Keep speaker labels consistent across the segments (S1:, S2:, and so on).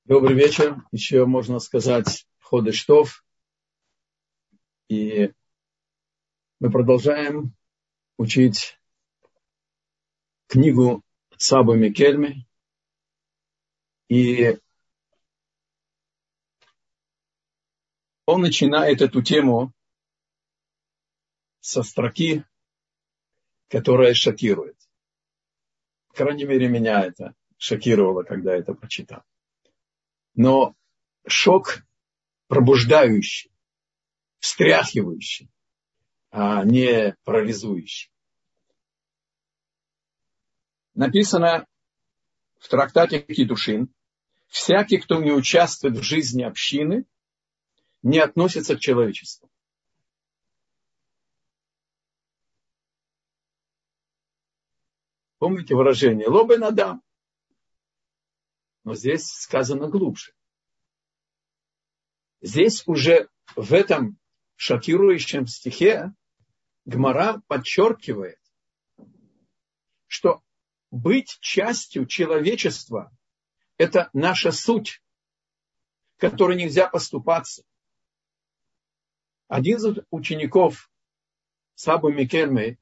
S1: Добрый вечер. Еще можно сказать Ходеш Тов. И мы продолжаем учить книгу Саба Микельми. И он начинает эту тему со строки, которая шокирует. По крайней мере, меня это шокировало, когда это прочитал. Но шок пробуждающий, встряхивающий, а не парализующий. Написано в трактате Кидушин: всякий, кто не участвует в жизни общины, не относится к человечеству. Помните выражение «ло бен адам»? Но здесь сказано глубже. Здесь уже в этом шокирующем стихе Гмара подчеркивает, что быть частью человечества – это наша суть, которой нельзя поступаться. Один из учеников Саба Микельми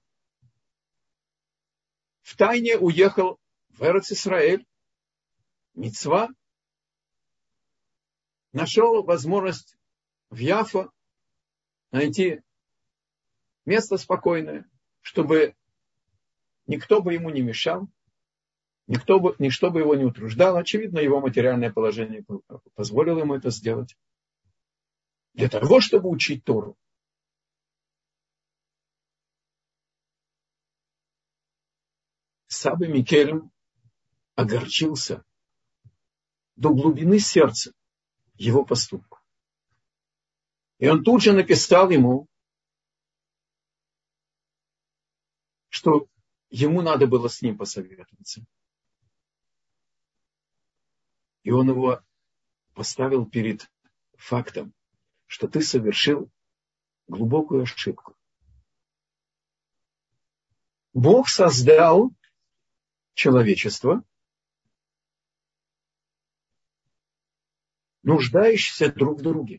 S1: втайне уехал в Эрец-Исраэль, мицва, нашел возможность в Яффа найти место спокойное, чтобы никто бы ему не мешал, ничто бы его не утруждало. Очевидно, его материальное положение позволило ему это сделать. Для того, чтобы учить Тору. Саба Микельм огорчился до глубины сердца его поступку. И он тут же написал ему, что ему надо было с ним посоветоваться. И он его поставил перед фактом, что ты совершил глубокую ошибку. Бог создал человечество, нуждающееся друг в друге.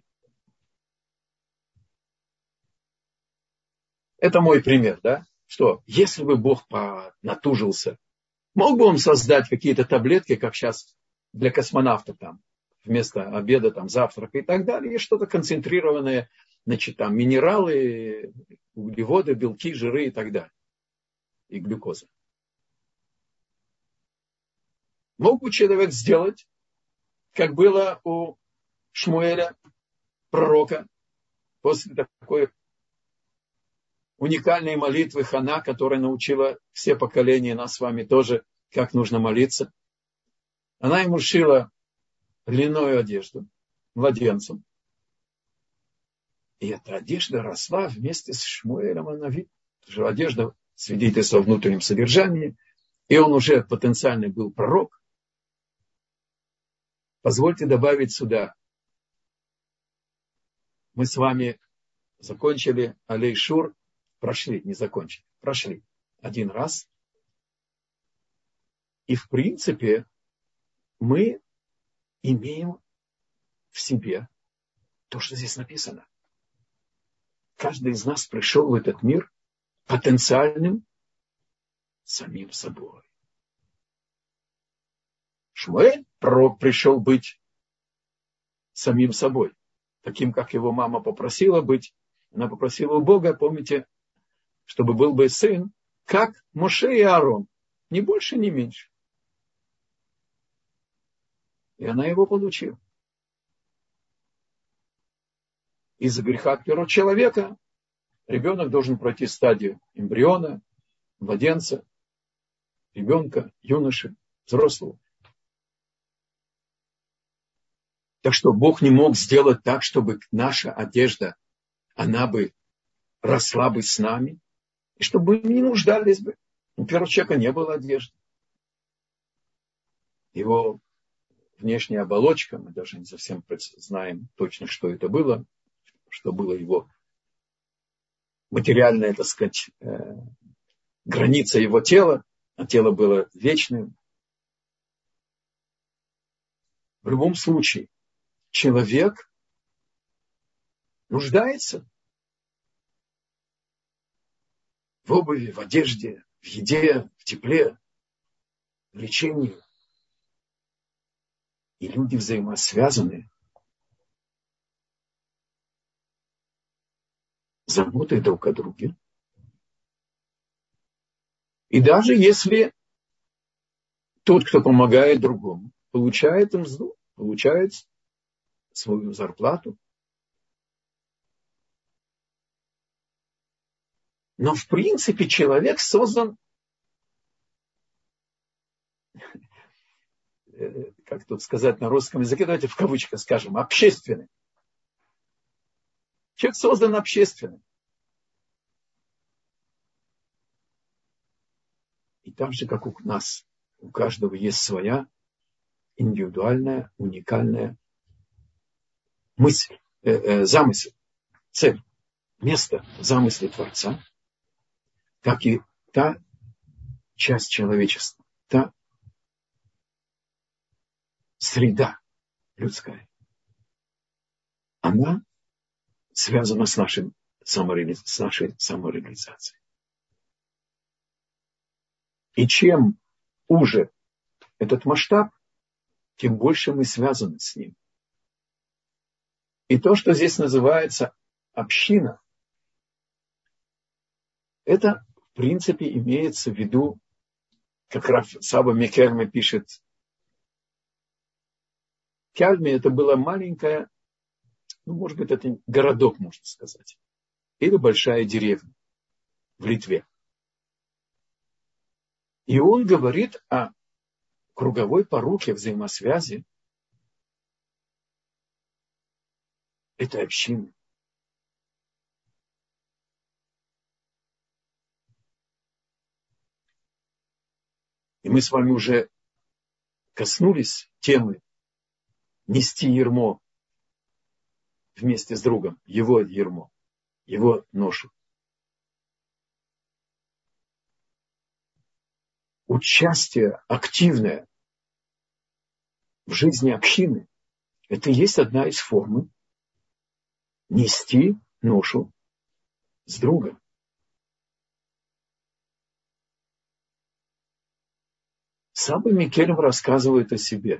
S1: Это мой пример, да? Что, если бы Бог натужился, мог бы он создать какие-то таблетки, как сейчас для космонавтов там, вместо обеда, там, завтрака и так далее, и что-то концентрированное, значит, там, минералы, углеводы, белки, жиры и так далее. И глюкоза. Мог бы человек сделать, как было у Шмуэля, пророка, после такой уникальной молитвы Хана, которая научила все поколения, нас с вами тоже, как нужно молиться. Она ему шила льняную одежду младенцем. И эта одежда росла вместе с Шмуэлем Анави. Одежда свидетельствует о внутреннем содержании. И он уже потенциально был пророк. Позвольте добавить сюда. Мы с вами закончили Алей Шур. Прошли, не закончили. Прошли один раз. И в принципе мы имеем в себе то, что здесь написано. Каждый из нас пришел в этот мир потенциальным самим собой. Шмуэль, пророк, пришел быть самим собой. Таким, как его мама попросила быть. Она попросила у Бога, помните, чтобы был бы сын, как Моше и Аарон. Ни больше, ни меньше. И она его получила. Из-за греха от первого человека ребенок должен пройти стадию эмбриона, младенца, ребенка, юноши, взрослого. Так что Бог не мог сделать так, чтобы наша одежда, она бы росла бы с нами, и чтобы мы не нуждались бы. У первого человека не было одежды. Его внешняя оболочка, мы даже не совсем знаем точно, что это было, что было его материальная, так сказать, граница его тела, а тело было вечным. В любом случае, человек нуждается в обуви, в одежде, в еде, в тепле, в лечении. И люди взаимосвязаны заботой друг о друге. И даже если тот, кто помогает другому, получает мзду, получает свою зарплату. Но в принципе человек создан, как тут сказать на русском языке, давайте в кавычках скажем, общественный. Человек создан общественным. И так же, как у нас, у каждого есть своя индивидуальная, уникальная мысль, замысел, цель, место в замысле Творца, как и та часть человечества, та среда людская, она связана с нашей самореализацией. И чем уже этот масштаб, тем больше мы связаны с ним. И то, что здесь называется община, это, в принципе, имеется в виду, как Рав Саба Микельме пишет, Кельме это была маленькая, может быть, это городок, можно сказать, или большая деревня в Литве. И он говорит о круговой поруке взаимосвязи этой общины. И мы с вами уже коснулись темы нести ярмо вместе с другом, его ярмо, его ношу. Участие активное в жизни общины – это и есть одна из форм нести ношу с другом. Саба Микельм рассказывает о себе,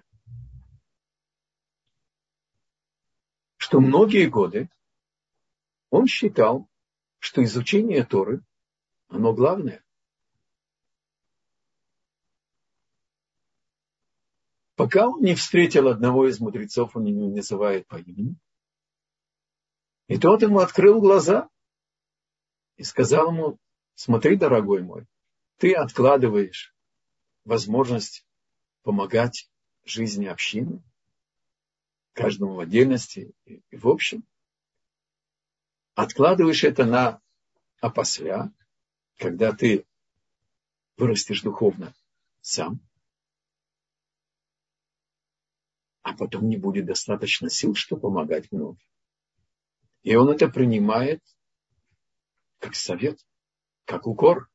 S1: что многие годы он считал, что изучение Торы, оно главное. Пока он не встретил одного из мудрецов, он его называет по имени, и тот ему открыл глаза и сказал ему: смотри, дорогой мой, ты откладываешь возможность помогать жизни общины, каждому в отдельности и в общем. Откладываешь это на опосля, когда ты вырастешь духовно сам, а потом не будет достаточно сил, чтобы помогать многим. И он это принимает как совет, как укор.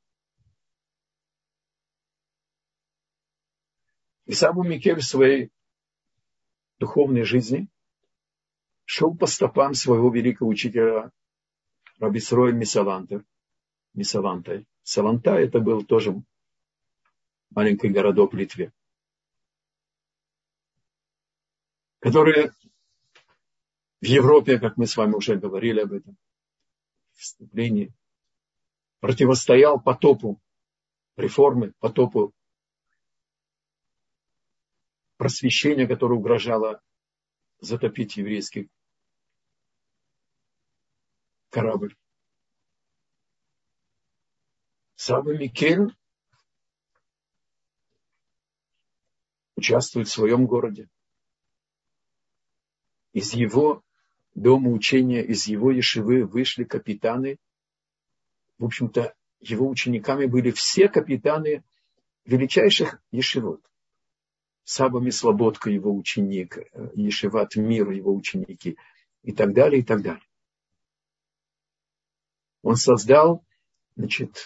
S1: И Саба Микель в своей духовной жизни шел по стопам своего великого учителя Раби Исроэль Мисалантай. Салантай это был тоже маленький городок в Литве, который в Европе, как мы с вами уже говорили об этом в вступлении, противостоял потопу реформы, потопу просвещения, которое угрожало затопить еврейский корабль. Саба Микель участвует в своем городе. Из его дома учения, из его ешивы вышли капитаны. В общем-то, его учениками были все капитаны величайших ешивот. Саба Мислободка его ученик, Ешиват Мир его ученики и так далее, и так далее. Он создал, значит,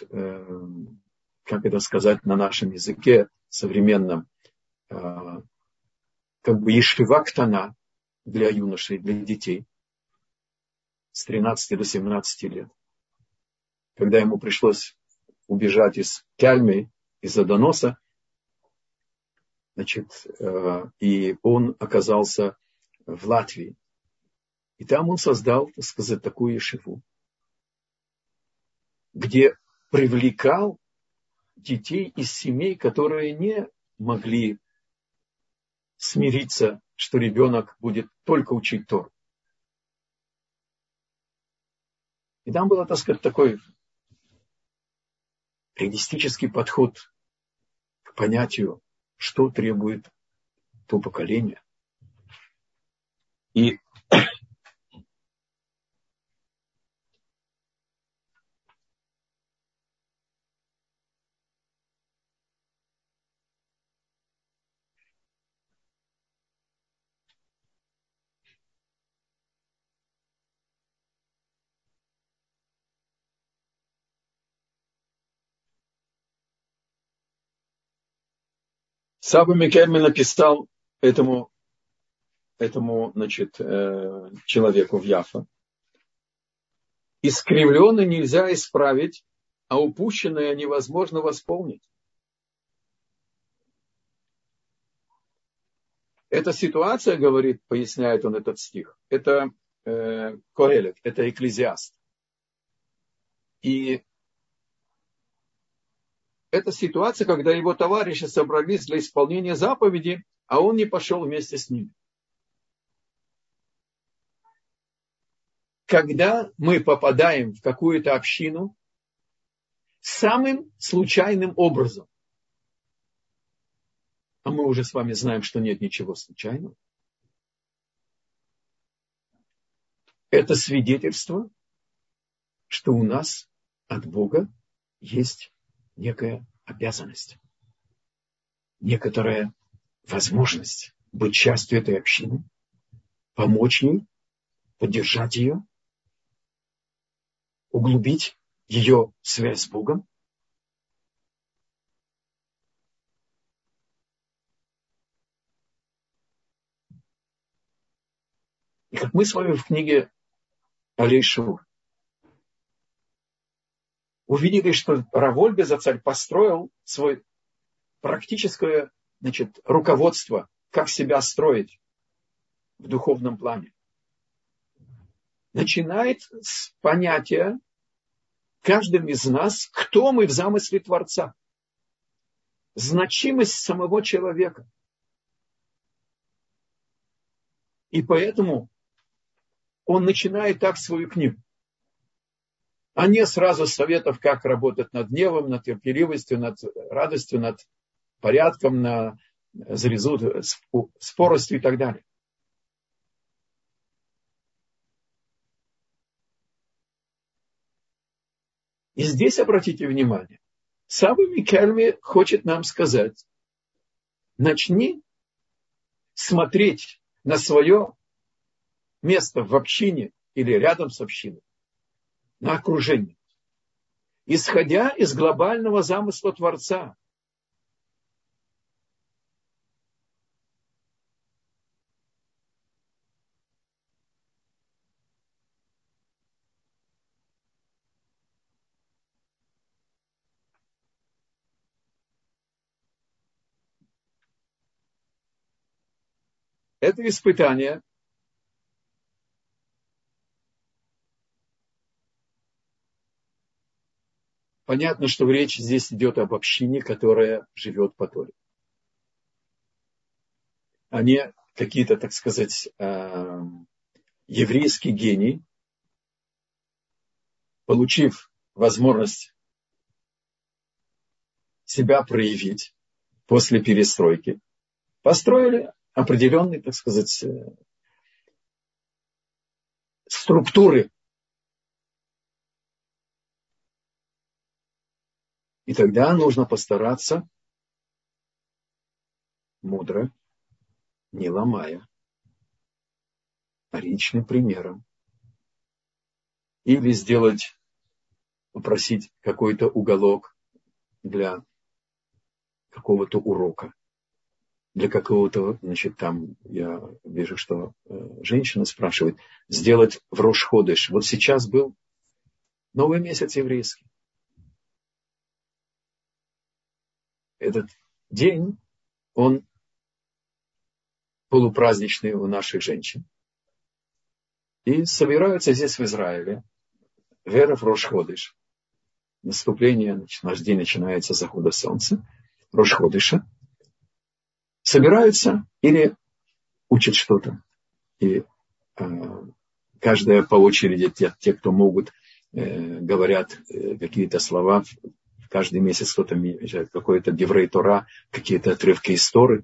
S1: как это сказать на нашем языке современном, как бы ешива ктана для юношей, для детей с 13 до 17 лет. Когда ему пришлось убежать из Кяльмы, из-за доноса, значит, и он оказался в Латвии. И там он создал, так сказать, такую ешиву, где привлекал детей из семей, которые не могли смириться, что ребенок будет только учить Тору. И там был, так сказать, такой реалистический подход к понятию, что требует то поколение. И Саба Микельми написал этому значит, человеку в Яфа: искривленное нельзя исправить, а упущенное невозможно восполнить. Эта ситуация, говорит, поясняет он этот стих, это Коэлет, это Экклезиаст. И это ситуация, когда его товарищи собрались для исполнения заповеди, а он не пошел вместе с ними. Когда мы попадаем в какую-то общину самым случайным образом, а мы уже с вами знаем, что нет ничего случайного, это свидетельство, что у нас от Бога есть некая обязанность, некоторая возможность быть частью этой общины, помочь ей, поддержать ее, углубить ее связь с Богом. И как мы с вами в книге Алей Шур увидели, что Рав Вольбезер построил свое практическое, значит, руководство, как себя строить в духовном плане. Начинает с понятия каждым из нас, кто мы в замысле Творца. Значимость самого человека. И поэтому он начинает так свою книгу. А не сразу советов, как работать над гневом, над терпеливостью, над радостью, над порядком, на зарезут, споростью и так далее. И здесь обратите внимание, Саба Микельми хочет нам сказать: начни смотреть на свое место в общине или рядом с общиной, на окружение, исходя из глобального замысла Творца. Это испытание понятно, что речь здесь идет об общине, которая живет по Торе. А не какие-то, так сказать, еврейские гении, получив возможность себя проявить после перестройки, построили определенные, так сказать, структуры. И тогда нужно постараться мудро, не ломая, а личным примером. Или сделать, попросить какой-то уголок для какого-то урока. для какого-то, значит, там я вижу, что женщина спрашивает, сделать в Рош-ходеш. Вот сейчас был новый месяц еврейский. Этот день, он полупраздничный у наших женщин. И собираются здесь в Израиле, в Рош-ходеш. Наступление, значит, наш день начинается с захода солнца, Рош-ходеша. Собираются или учат что-то. И каждая по очереди, те, кто могут, говорят какие-то слова. Каждый месяц кто-то меняет какой-то Деврей Тора, какие-то отрывки из Торы.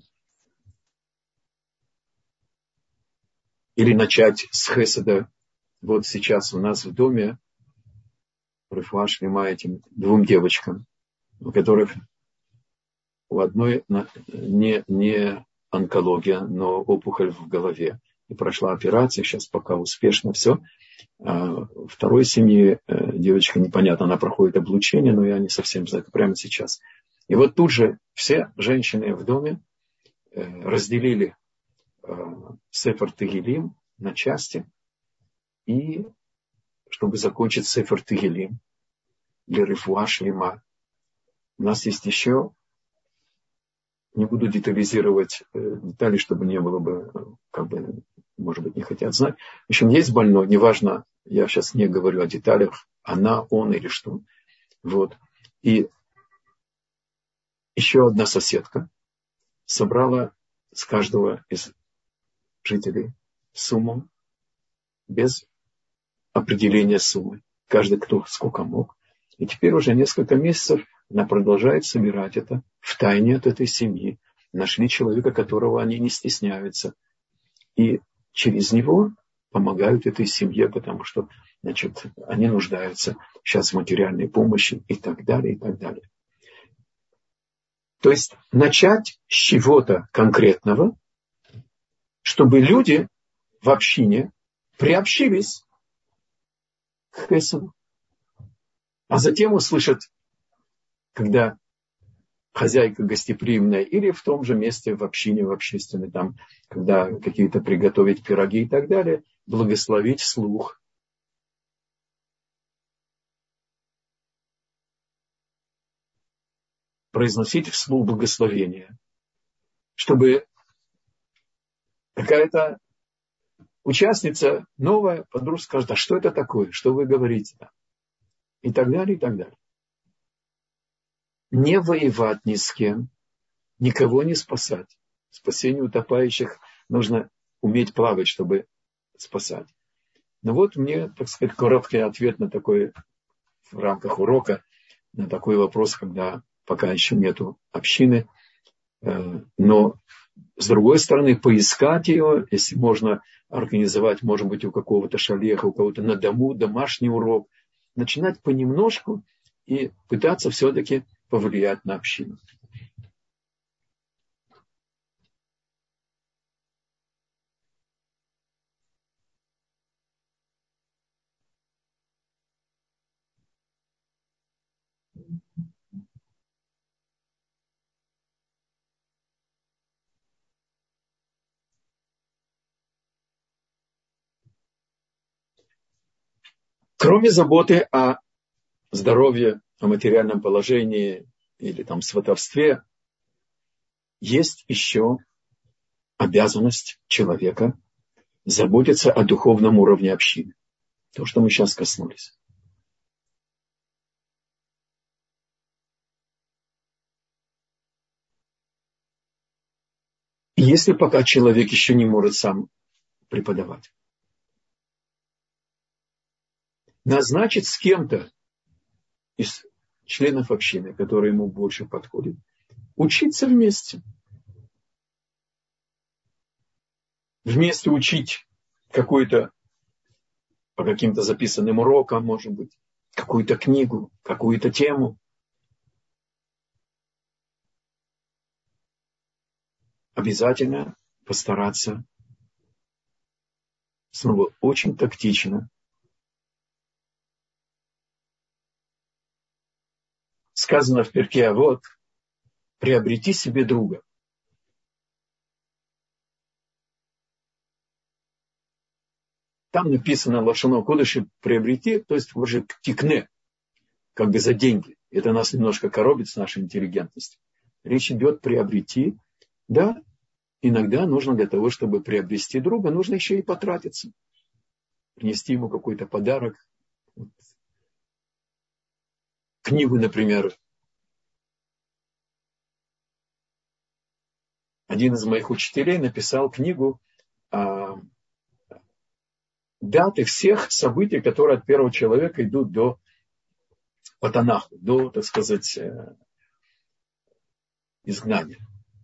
S1: Или начать с Хеседа. Вот сейчас у нас в доме Рефуа шлема этим двум девочкам, у которых у одной не онкология, но опухоль в голове. И прошла операция, сейчас пока успешно все. А второй семьи девочка непонятно, она проходит облучение, но я не совсем знаю, это прямо сейчас. И вот тут же все женщины в доме разделили Сефер Тегилим на части, и чтобы закончить Сефер Тегилим для Рефуа шлема, у нас есть еще, не буду детализировать детали, чтобы не было бы, как бы, может быть, не хотят знать. В общем, есть больной, неважно, я сейчас не говорю о деталях, она, он или что. Вот. И еще одна соседка собрала с каждого из жителей сумму без определения суммы. Каждый, кто сколько мог. И теперь уже несколько месяцев она продолжает собирать это в тайне от этой семьи. Нашли человека, которого они не стесняются. И через него помогают этой семье, потому что, значит, они нуждаются сейчас в материальной помощи и так далее, и так далее. То есть начать с чего-то конкретного, чтобы люди в общине приобщились к Хеседу. А затем услышат, когда хозяйка гостеприимная, или в том же месте в общине, в общественной, там, когда какие-то приготовить пироги и так далее, благословить вслух. Произносить вслух благословение. Чтобы какая-то участница новая вдруг скажет, а что это такое, что вы говорите там? И так далее, и так далее. Не воевать ни с кем, никого не спасать. Спасение утопающих нужно уметь плавать, чтобы спасать. Но вот мне, так сказать, короткий ответ на такой, в рамках урока, на такой вопрос, когда пока еще нету общины. Но, с другой стороны, поискать ее, если можно организовать, может быть, у какого-то шалеха, у кого-то на дому, домашний урок, начинать понемножку и пытаться все-таки повлиять на общину. Кроме заботы о здоровье, о материальном положении или там сватовстве, есть еще обязанность человека заботиться о духовном уровне общины. То, что мы сейчас коснулись. И если пока человек еще не может сам преподавать, назначить с кем-то из членов общины, который ему больше подходит, учиться вместе. Вместе учить какой-то, по каким-то записанным урокам, может быть, какую-то книгу, какую-то тему. Обязательно постараться снова очень тактично сказано в Перке Авот, приобрети себе друга. Там написано лашон кодеш приобрети, то есть уже тикне, как бы за деньги. Это нас немножко коробит с нашей интеллигентностью. Речь идет приобрети. Да, иногда нужно для того, чтобы приобрести друга, нужно еще и потратиться. Принести ему какой-то подарок. Книгу, например. Один из моих учителей написал книгу даты всех событий, которые от первого человека идут по Танаху, до, так сказать, изгнания.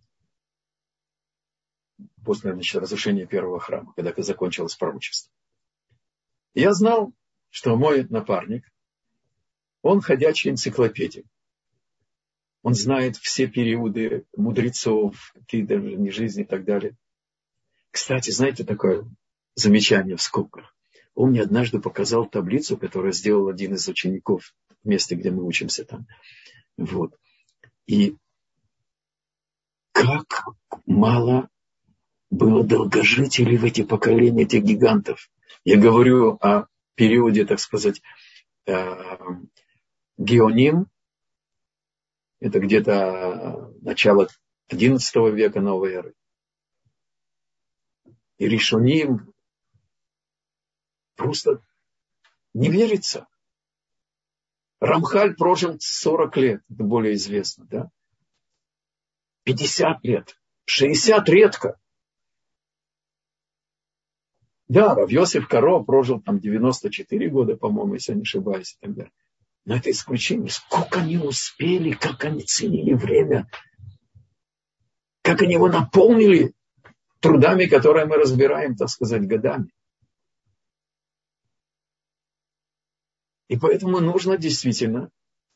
S1: После, значит, разрушения первого храма, когда закончилось пророчество. И я знал, что мой напарник, он ходячая энциклопедия. Он знает все периоды мудрецов, какие-то не жизни и так далее. Кстати, знаете, такое замечание в скобках. Он мне однажды показал таблицу, которую сделал один из учеников в месте, где мы учимся там. Вот. И как мало было долгожителей в эти поколения этих гигантов. Я говорю о периоде, так сказать, Геоним. Это где-то начало XI века новой эры. И Ришоним просто не верится. Рамхаль прожил 40 лет, это более известно, да? 50 лет, 60 редко. Да, Рав Йосеф Каро прожил там 94 года, по-моему, если я не ошибаюсь, и так далее. Но это исключение. Сколько они успели, как они ценили время, как они его наполнили трудами, которые мы разбираем, так сказать, годами. И поэтому нужно действительно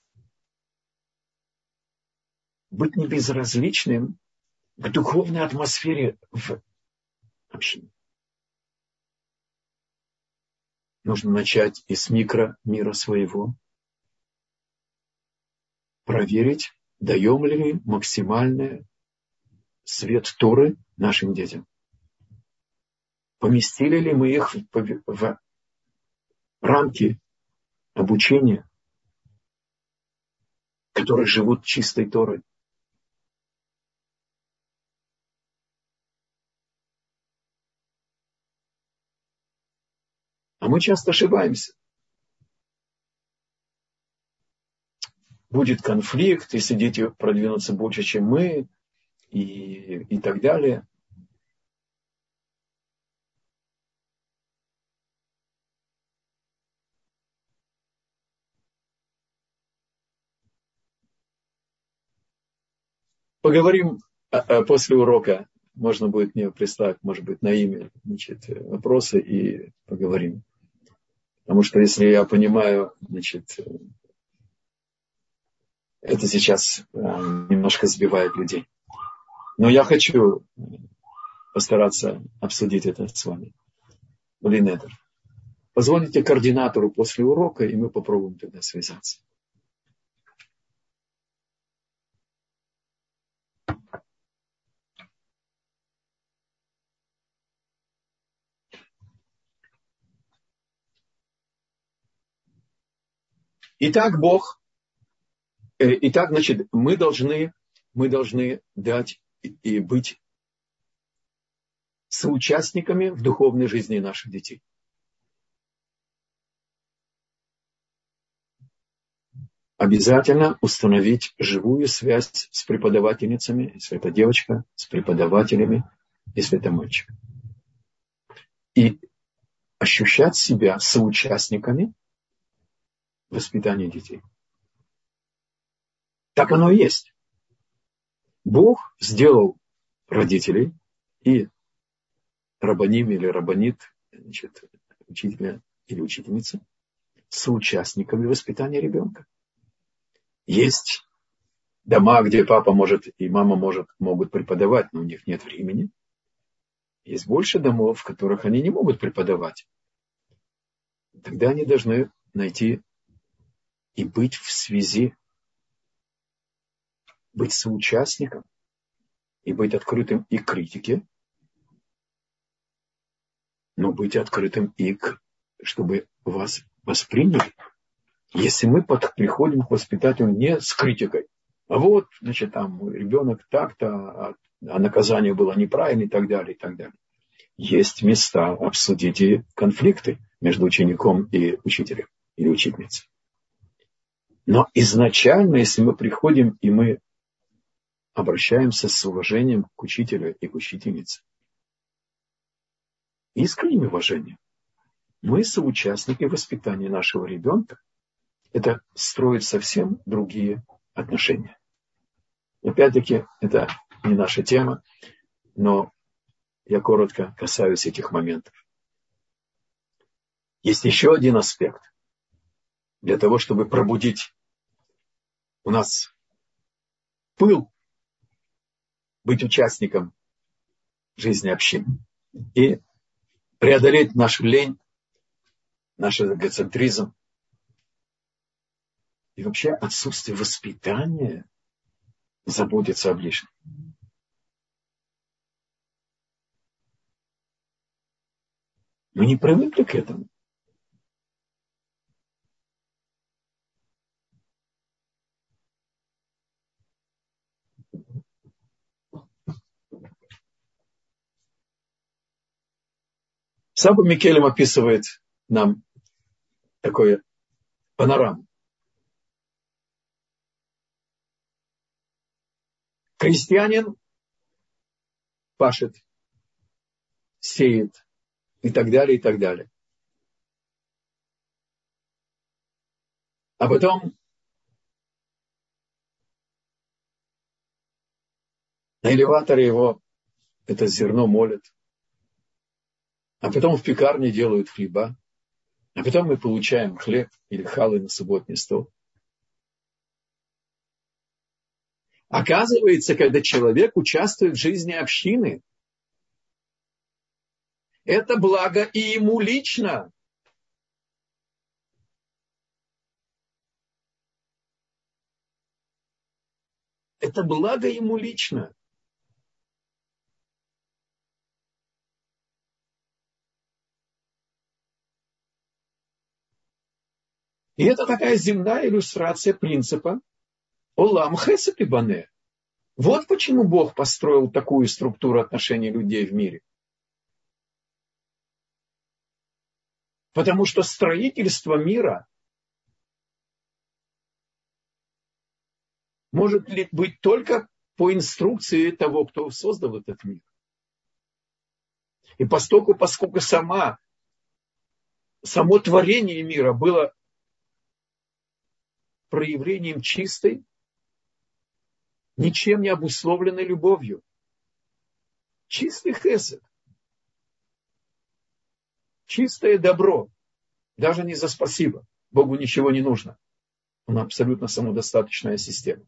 S1: быть не безразличным к духовной атмосфере в общине. Нужно начать из микромира своего, проверить, даем ли максимальный свет Торы нашим детям. Поместили ли мы их в рамки обучения, которые живут чистой Торой. А мы часто ошибаемся. Будет конфликт, если дети продвинутся больше, чем мы, и так далее. Поговорим после урока. Можно будет мне прислать, может быть, на имя, значит, вопросы и поговорим. Потому что, если я понимаю, значит, это сейчас немножко сбивает людей. Но я хочу постараться обсудить это с вами. Блин, это. Позвоните координатору после урока, и мы попробуем тогда связаться. Итак, значит, мы должны дать и быть соучастниками в духовной жизни наших детей. Обязательно установить живую связь с преподавательницами, если это девочка, с преподавателями, если это мальчик. И ощущать себя соучастниками воспитания детей. Так оно и есть. Бог сделал родителей и рабаним или рабанит, значит, учителя или учительницы, соучастниками воспитания ребенка. Есть дома, где папа может и мама могут преподавать, но у них нет времени. Есть больше домов, в которых они не могут преподавать. Тогда они должны найти и быть в связи, быть соучастником и быть открытым и к критике, но быть открытым и чтобы вас восприняли. Если мы приходим к воспитателю не с критикой, а вот, значит, там ребенок так-то, а наказание было неправильно и так далее, и так далее. Есть места обсудить и конфликты между учеником и учителем или учительницей. Но изначально, если мы приходим и мы обращаемся с уважением к учителю и к учительнице, искренним уважением, мы соучастники воспитания нашего ребенка, это строит совсем другие отношения. Опять-таки, это не наша тема, но я коротко касаюсь этих моментов. Есть еще один аспект. Для того, чтобы пробудить у нас пыл, быть участником жизни общины и преодолеть нашу лень, наш эгоцентризм и вообще отсутствие воспитания заботиться о ближнем. Мы не привыкли к этому. Саба Микелем описывает нам такое панораму. Крестьянин пашет, сеет и так далее, и так далее. А потом на элеваторе его это зерно молят. А потом в пекарне делают хлеба. А потом мы получаем хлеб или халы на субботний стол. Оказывается, когда человек участвует в жизни общины, это благо и ему лично. Это благо ему лично. И это такая земная иллюстрация принципа Олам Хесед и Бане. Вот почему Бог построил такую структуру отношений людей в мире. Потому что строительство мира может быть только по инструкции того, кто создал этот мир. И поскольку само творение мира было проявлением чистой, ничем не обусловленной любовью. Чистый хесед. Чистое добро. Даже не за спасибо. Богу ничего не нужно. Он абсолютно самодостаточная система.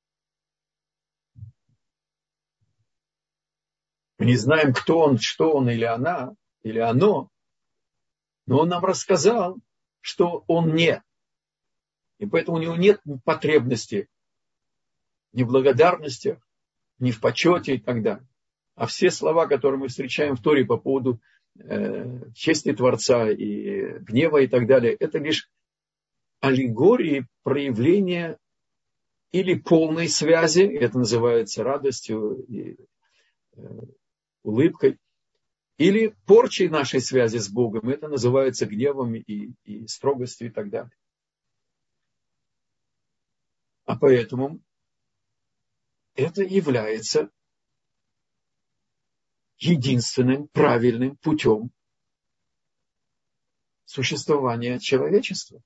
S1: Мы не знаем, кто он, что он или она, или оно. Но он нам рассказал, что он не. И поэтому у него нет потребности ни в благодарности, ни в почете и так далее. А все слова, которые мы встречаем в Торе по поводу чести Творца и гнева и так далее, это лишь аллегории проявления или полной связи, это называется радостью и улыбкой, или порчей нашей связи с Богом, это называется гневом и строгостью и так далее. А поэтому это является единственным правильным путем существования человечества.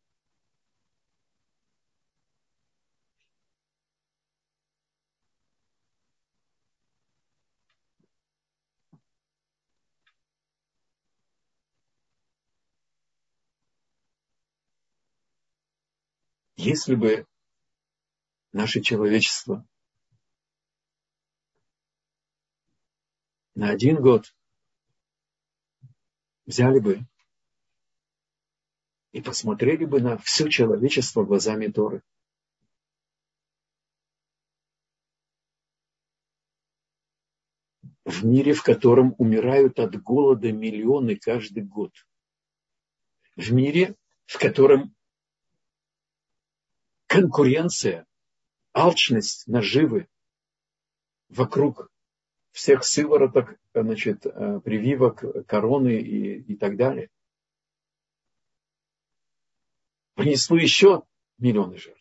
S1: Если бы наше человечество на 1 год взяли бы и посмотрели бы на все человечество глазами Торы, в мире, в котором умирают от голода миллионы каждый год. В мире, в котором конкуренция, алчность, наживы вокруг всех сывороток, прививок, короны и так далее, принесло еще миллионы жертв.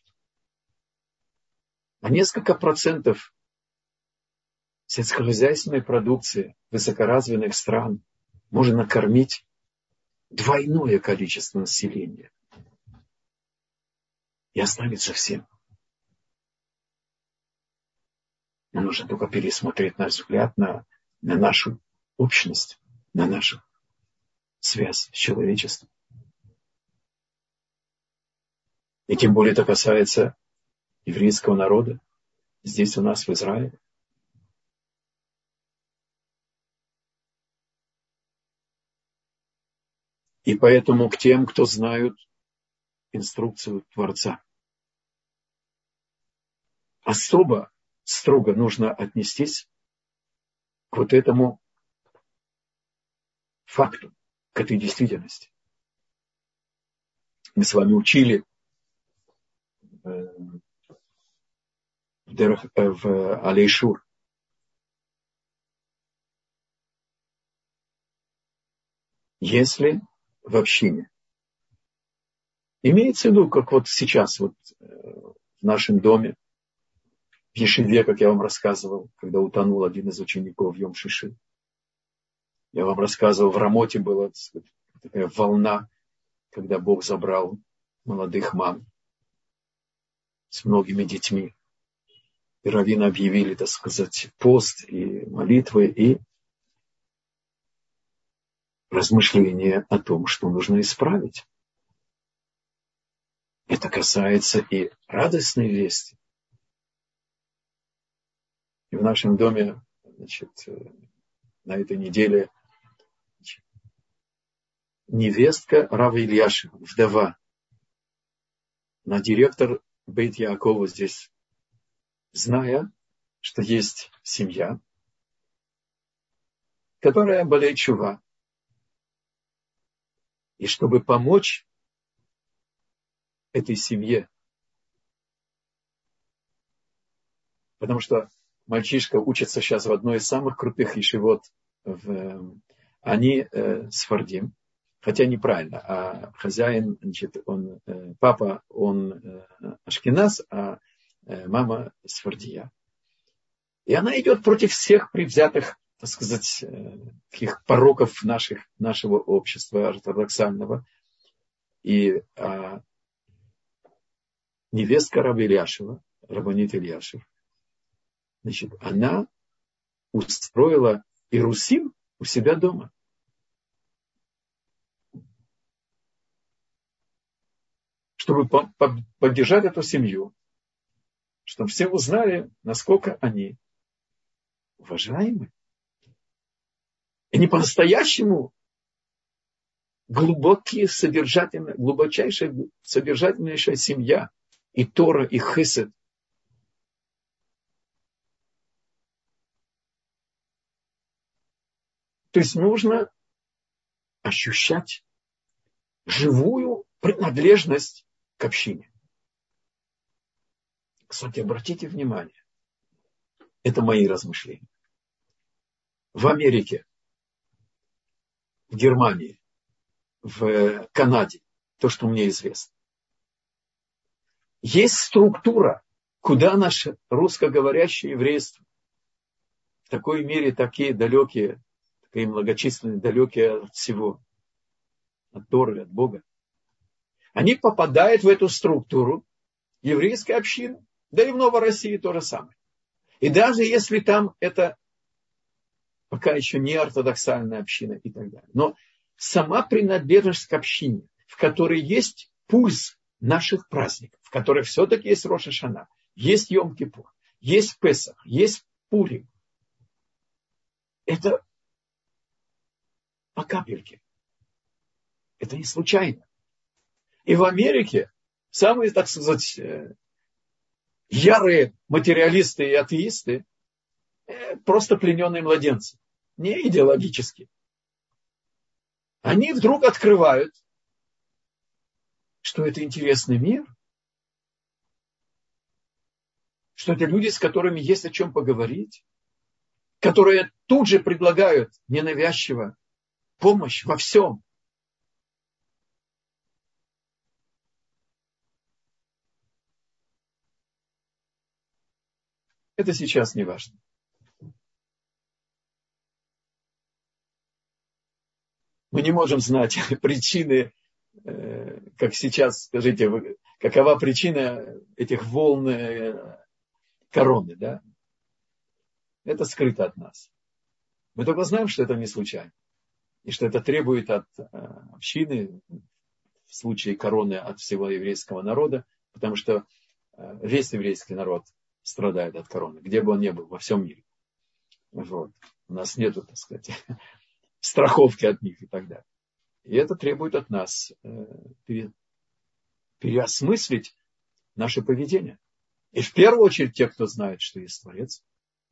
S1: А несколько процентов сельскохозяйственной продукции высокоразвитых стран можно накормить двойное количество населения. И останется всем. Нам нужно только пересмотреть наш взгляд на нашу общность, на нашу связь с человечеством. И тем более это касается еврейского народа здесь у нас в Израиле. И поэтому к тем, кто знают инструкцию Творца, особо строго нужно отнестись к вот этому факту, к этой действительности. Мы с вами учили в Алей-Шур. Если в общине имеется в виду, как вот сейчас вот в нашем доме, в Ешиве, как я вам рассказывал, когда утонул один из учеников в Йом-Шиши. Я вам рассказывал, в Рамоте была такая волна, когда Бог забрал молодых мам с многими детьми. И раввины объявили, так сказать, пост и молитвы, и размышления о том, что нужно исправить. Это касается и радостной вести. И в нашем доме, на этой неделе невестка Рава Ильяшева, вдова, она директор Бейт Яакова здесь, зная, что есть семья, которая болеет чува. И чтобы помочь этой семье, потому что мальчишка учится сейчас в одной из самых крутых ешивот, они сфардим, хотя неправильно, а хозяин, папа, он ашкеназ, а мама сфардия. И она идет против всех привзятых, так сказать, таких пороков нашего общества ортодоксального. И невестка Раби Ильяшева, Рабанит Ильяшев, она устроила ирусим у себя дома. Чтобы поддержать эту семью, чтобы все узнали, насколько они уважаемы. И не по-настоящему глубочайшая содержательнейшая семья, и Тора, и Хесед. То есть нужно ощущать живую принадлежность к общине. Кстати, обратите внимание, это мои размышления. В Америке, в Германии, в Канаде, то, что мне известно, есть структура, куда наше русскоговорящее еврейство в такой мере такие далекие, такие многочисленные, далекие от всего, от Торы, от Бога, они попадают в эту структуру еврейской общины, да и в Новой России то же самое. И даже если там это пока еще не ортодоксальная община и так далее, но сама принадлежность к общине, в которой есть пульс наших праздников, в которой все-таки есть Рош ха-Шана, есть Йом-Кипур, есть Песах, есть Пурим. Это по капельке. Это не случайно. И в Америке самые, так сказать, ярые материалисты и атеисты просто плененные младенцы. не идеологически. Они вдруг открывают, что это интересный мир, что это люди, с которыми есть о чем поговорить, которые тут же предлагают ненавязчиво помощь во всем. Это сейчас не важно. Мы не можем знать причины, как сейчас, скажите, какова причина этих волн короны, да? Это скрыто от нас. Мы только знаем, что это не случайно. И что это требует от общины, в случае короны от всего еврейского народа, потому что весь еврейский народ страдает от короны, где бы он ни был, во всем мире. Вот. У нас нету, так сказать, страховки от них и так далее. И это требует от нас переосмыслить наше поведение. И в первую очередь те, кто знает, что есть Творец.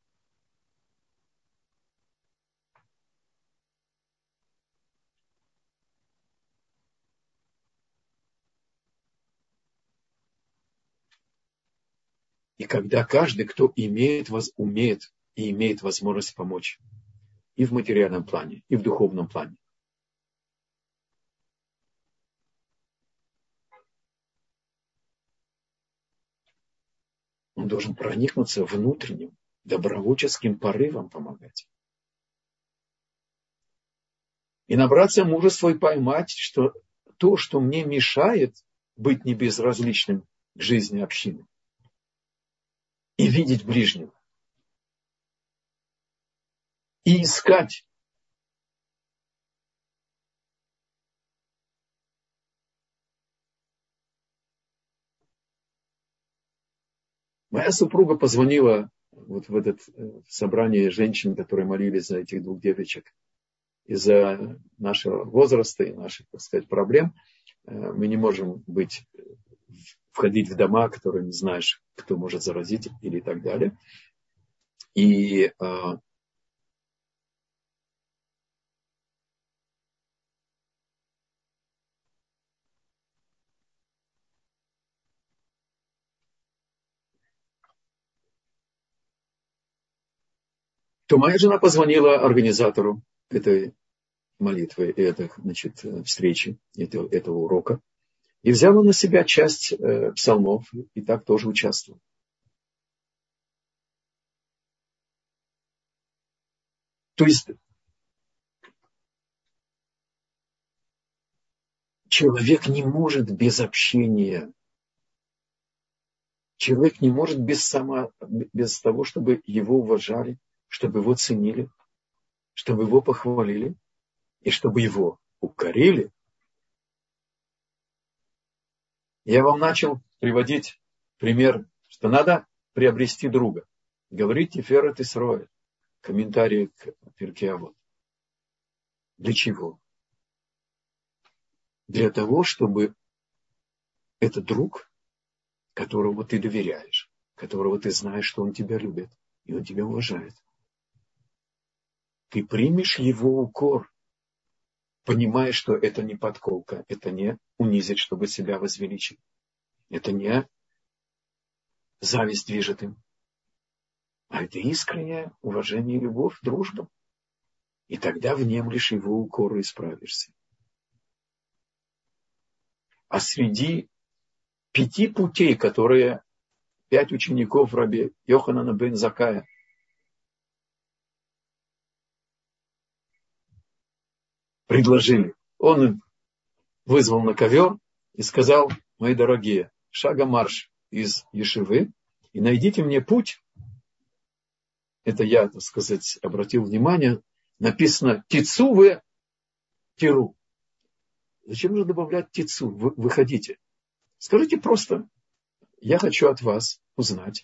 S1: И когда каждый, кто умеет и имеет возможность помочь и в материальном плане, и в духовном плане, он должен проникнуться внутренним, добровольческим порывом помогать. И набраться мужества и поймать, что то, что мне мешает быть небезразличным к жизни общины, и видеть ближнего, и искать. Моя супруга позвонила вот в это собрание женщин, которые молились за этих двух девочек. Из-за нашего возраста и наших, так сказать, проблем мы не можем входить в дома, которые не знаешь, кто может заразить или так далее. И то моя жена позвонила организатору этой молитвы, этой, значит, встречи, этого урока, и взяла на себя часть псалмов, и так тоже участвовала. То есть человек не может без общения, человек не может без того, чтобы его уважали, чтобы его ценили, чтобы его похвалили и чтобы его укорили. Я вам начал приводить пример, что надо приобрести друга. Говорит Тиферет Исроэль, комментарий к Пиркей Авот. Для чего? Для того, чтобы этот друг, которому ты доверяешь, которого ты знаешь, что он тебя любит, и он тебя уважает, ты примешь его укор, понимая, что это не подколка, это не унизить, чтобы себя возвеличить. Это не зависть движет им, а это искреннее уважение и любовь, дружба. И тогда внемлешь его укору и справишься. А среди 5 путей, которые 5 учеников раби Йоханана бен Заккая предложили, он им вызвал на ковер и сказал: мои дорогие, шагом марш из Ешивы и найдите мне путь. Это я, так сказать, обратил внимание, написано «Тицу тиру». Зачем же добавлять «тицу»? Выходите. Скажите просто: я хочу от вас узнать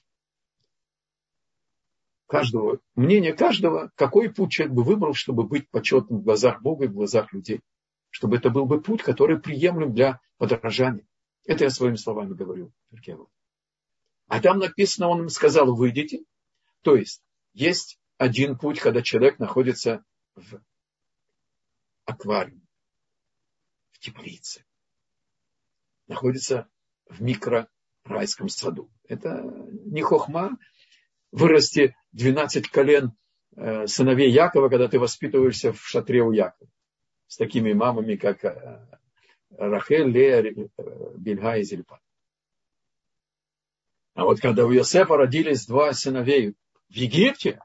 S1: мнение каждого, какой путь человек бы выбрал, чтобы быть почетным в глазах Бога и в глазах людей. Чтобы это был бы путь, который приемлем для подражания. Это я своими словами говорю. А там написано, он им сказал: выйдите. То есть один путь, когда человек находится в аквариуме, в теплице. Находится в микрорайском саду. Это не хохма вырасти 12 колен сыновей Якова, когда ты воспитываешься в шатре у Якова. С такими мамами, как Рахель, Лея, Бильга и Зильпа. А вот когда у Йосефа родились 2 сыновей в Египте,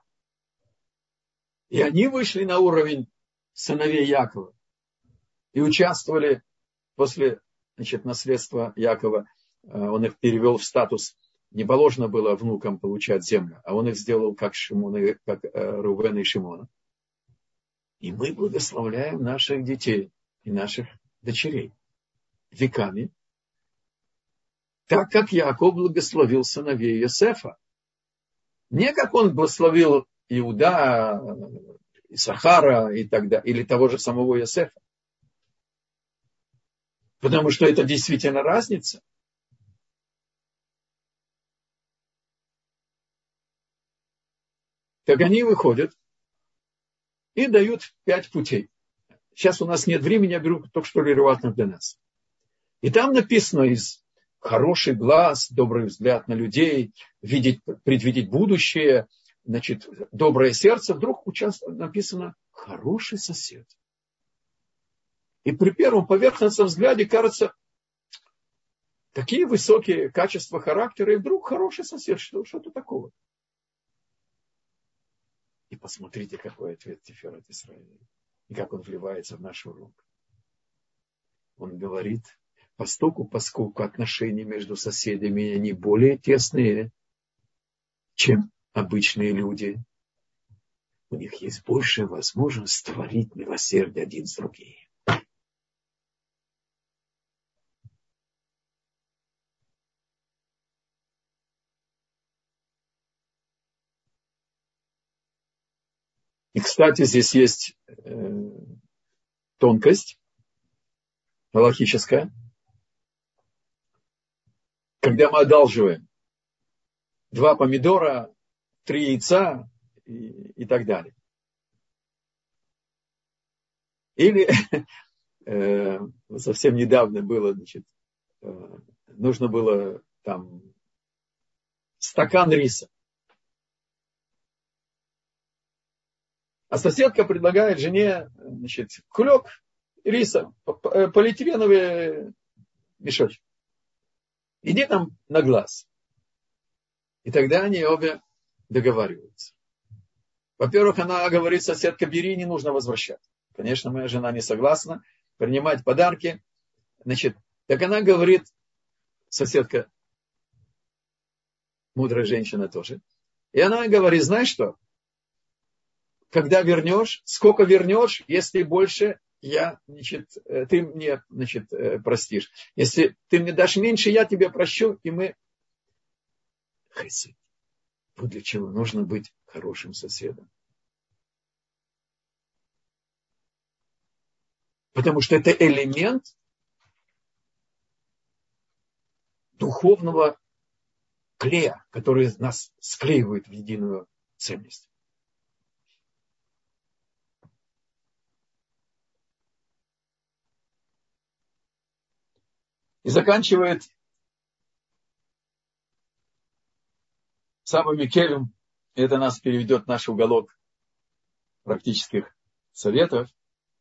S1: и они вышли на уровень сыновей Якова и участвовали после наследства Якова, он их перевел в статус, не положено было внукам получать землю, а он их сделал как Рувена и Шимона. И мы благословляем наших детей и наших дочерей веками, так как Яков благословил сыновей Йосефа. Не как он благословил Иуда, Исахара и так далее, или того же самого Йосефа. Потому что это действительно разница. Так они выходят и дают 5 путей. Сейчас у нас нет времени, я беру только что релевантных для нас. И там написано из хороший глаз, добрый взгляд на людей, предвидеть будущее, доброе сердце. Вдруг написано хороший сосед. И при первом поверхностном взгляде кажется, такие высокие качества характера, и вдруг хороший сосед, что-то такого. И посмотрите, какой ответ Тиферет Исраэля. И как он вливается в наш урок. Он говорит, поскольку отношения между соседями не более тесные, чем обычные люди, у них есть большая возможность творить милосердие один с другим. И, кстати, здесь есть тонкость галахическая. Когда мы одалживаем 2 помидора, 3 яйца и так далее. Или совсем недавно было, нужно было там стакан риса. А соседка предлагает жене, кулек риса, полиэтиленовый мешочек. Иди там на глаз. И тогда они обе договариваются. Во-первых, она говорит, соседка, бери, не нужно возвращать. Конечно, моя жена не согласна принимать подарки. Так она говорит, соседка, мудрая женщина тоже. И она говорит, знаешь что? Когда вернешь, сколько вернешь, если больше ты мне, простишь. Если ты мне дашь меньше, я тебе прощу, и мы... Хесед. Вот для чего нужно быть хорошим соседом. Потому что это элемент духовного клея, который нас склеивает в единую ценность. И заканчивает Саба Микелем, это нас переведет в наш уголок практических советов.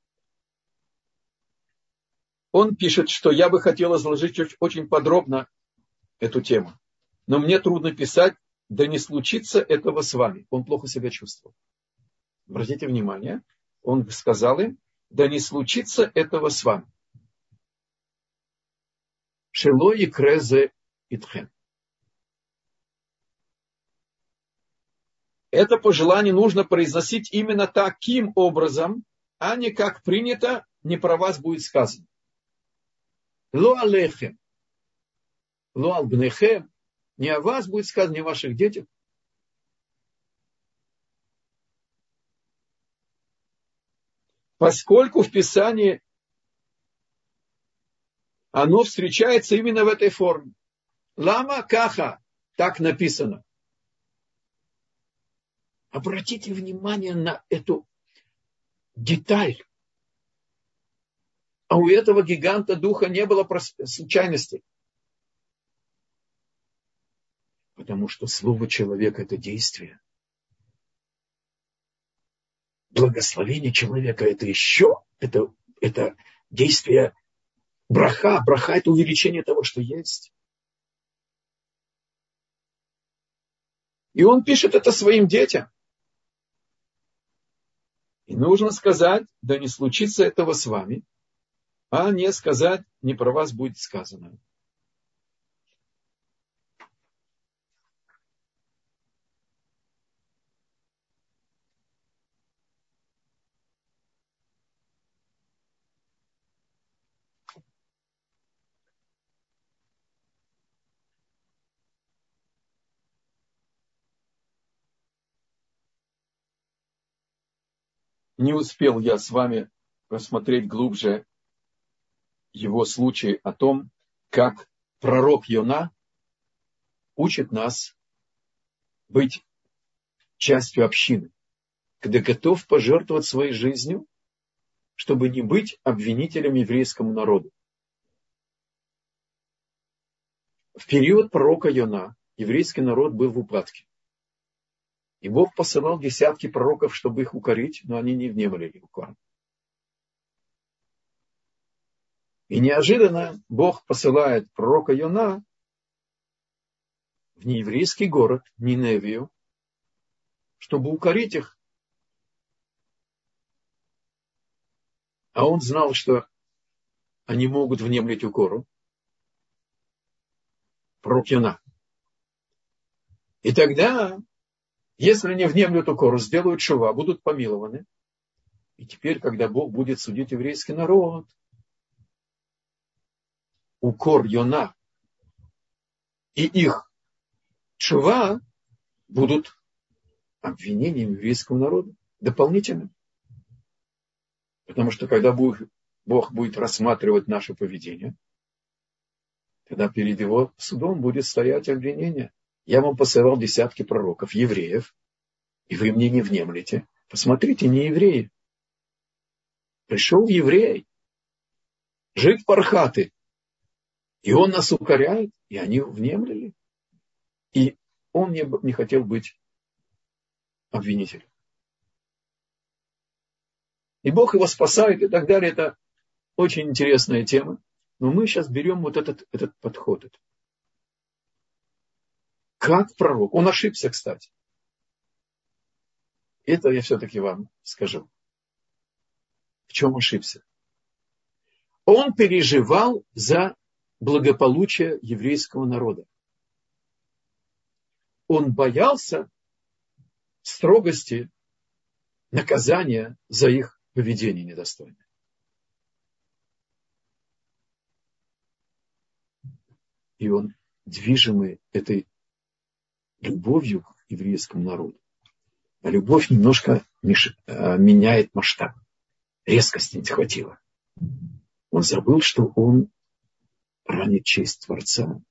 S1: Он пишет, что я бы хотел изложить очень подробно эту тему. Но мне трудно писать, да не случится этого с вами. Он плохо себя чувствовал. Обратите внимание, он сказал им, да не случится этого с вами. Шело икрезе итхем. Это пожелание нужно произносить именно таким образом, а не как принято, не про вас будет сказано. Ло алехем, ло албнехем, не о вас будет сказано, не о ваших детях. Поскольку в Писании оно встречается именно в этой форме. Лама каха, так написано. Обратите внимание на эту деталь. А у этого гиганта духа не было случайностей. Потому что слово человека – это действие. Благословение человека – это еще, это действие браха. Браха – это увеличение того, что есть. И он пишет это своим детям. И нужно сказать, да не случится этого с вами, а не сказать, не про вас будет сказано. Не успел я с вами рассмотреть глубже его случай о том, как пророк Йона учит нас быть частью общины, когда готов пожертвовать своей жизнью, чтобы не быть обвинителем еврейскому народу. В период пророка Йона еврейский народ был в упадке. И Бог посылал десятки пророков, чтобы их укорить, но они не внемли укором. И неожиданно Бог посылает пророка Йона в нееврейский город Ниневию, чтобы укорить их. А он знал, что они могут внемлить укору. Пророк Йона. И тогда, если не внемлют укору, сделают шува, будут помилованы. И теперь, когда Бог будет судить еврейский народ, укор Йона и их шува будут обвинением еврейскому народу дополнительным. Потому что когда Бог будет рассматривать наше поведение, тогда перед его судом будет стоять обвинение. Я вам посылал десятки пророков, евреев, и вы мне не внемлете. Посмотрите, не евреи. Пришел еврей, жить пархаты, и он нас укоряет, и они внемлили. И он не хотел быть обвинителем. И Бог его спасает, и так далее. Это очень интересная тема. Но мы сейчас берем вот этот подход. Как пророк? Он ошибся, кстати. Это я все-таки вам скажу. В чем ошибся? Он переживал за благополучие еврейского народа. Он боялся строгости наказания за их поведение недостойное. И он, движимый этой любовью к еврейскому народу, а любовь немножко меняет масштаб. Резкости не хватило. Он забыл, что он ранит честь Творца.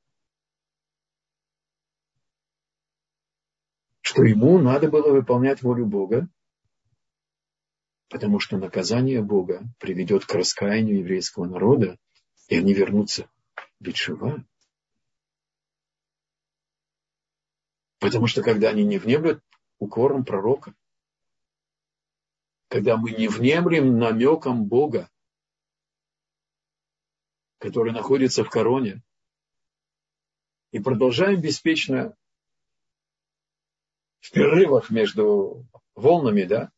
S1: Что ему надо было выполнять волю Бога, потому что наказание Бога приведет к раскаянию еврейского народа, и они вернутся в бет-шува. Потому что когда они не внемлют укором пророка, когда мы не внемлем намекам Бога, который находится в короне, и продолжаем беспечно в перерывах между волнами, да,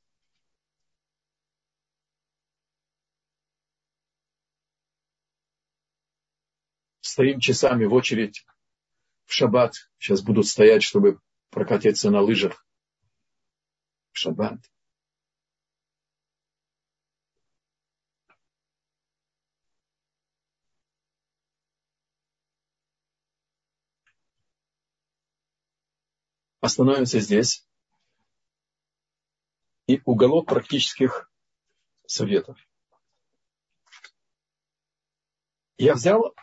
S1: стоим часами в очередь в шаббат. Сейчас будут стоять, чтобы прокатиться на лыжах в шаббат. Остановимся здесь. И уголок практических советов. Я взял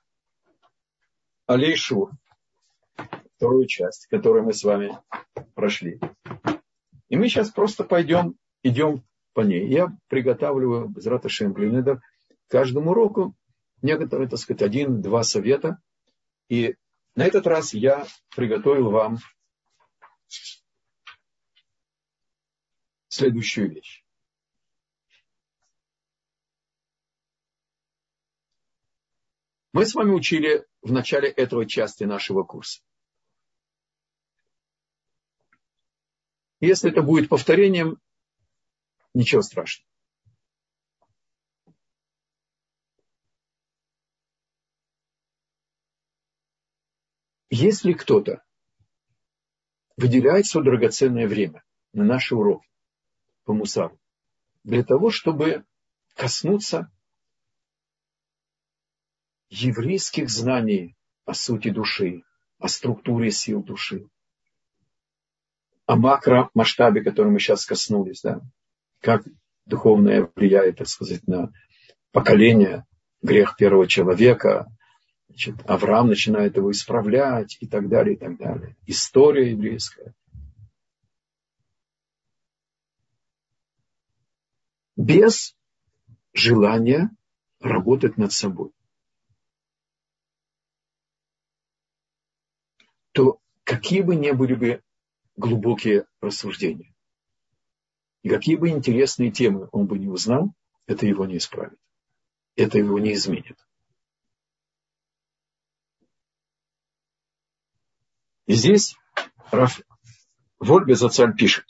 S1: Алей Шур, вторую часть, которую мы с вами прошли. И мы сейчас просто идем по ней. Я приготавливаю Безрат ха-Шем к каждому уроку некоторые, так сказать, 1-2 совета. И на этот раз я приготовил вам следующую вещь. Мы с вами учили в начале этого части нашего курса. Если это будет повторением, ничего страшного. Если кто-то выделяет свое драгоценное время на наши уроки по мусару для того, чтобы коснуться еврейских знаний о сути души, о структуре сил души, о макромасштабе, который мы сейчас коснулись, да, как духовное влияет, так сказать, на поколение, грех первого человека, значит, Авраам начинает его исправлять и так далее, и так далее. История еврейская. Без желания работать над собой. То какие бы ни были бы глубокие рассуждения, и какие бы интересные темы он бы не узнал, это его не исправит. Это его не изменит. И здесь Рав Вольбе Зацаль пишет.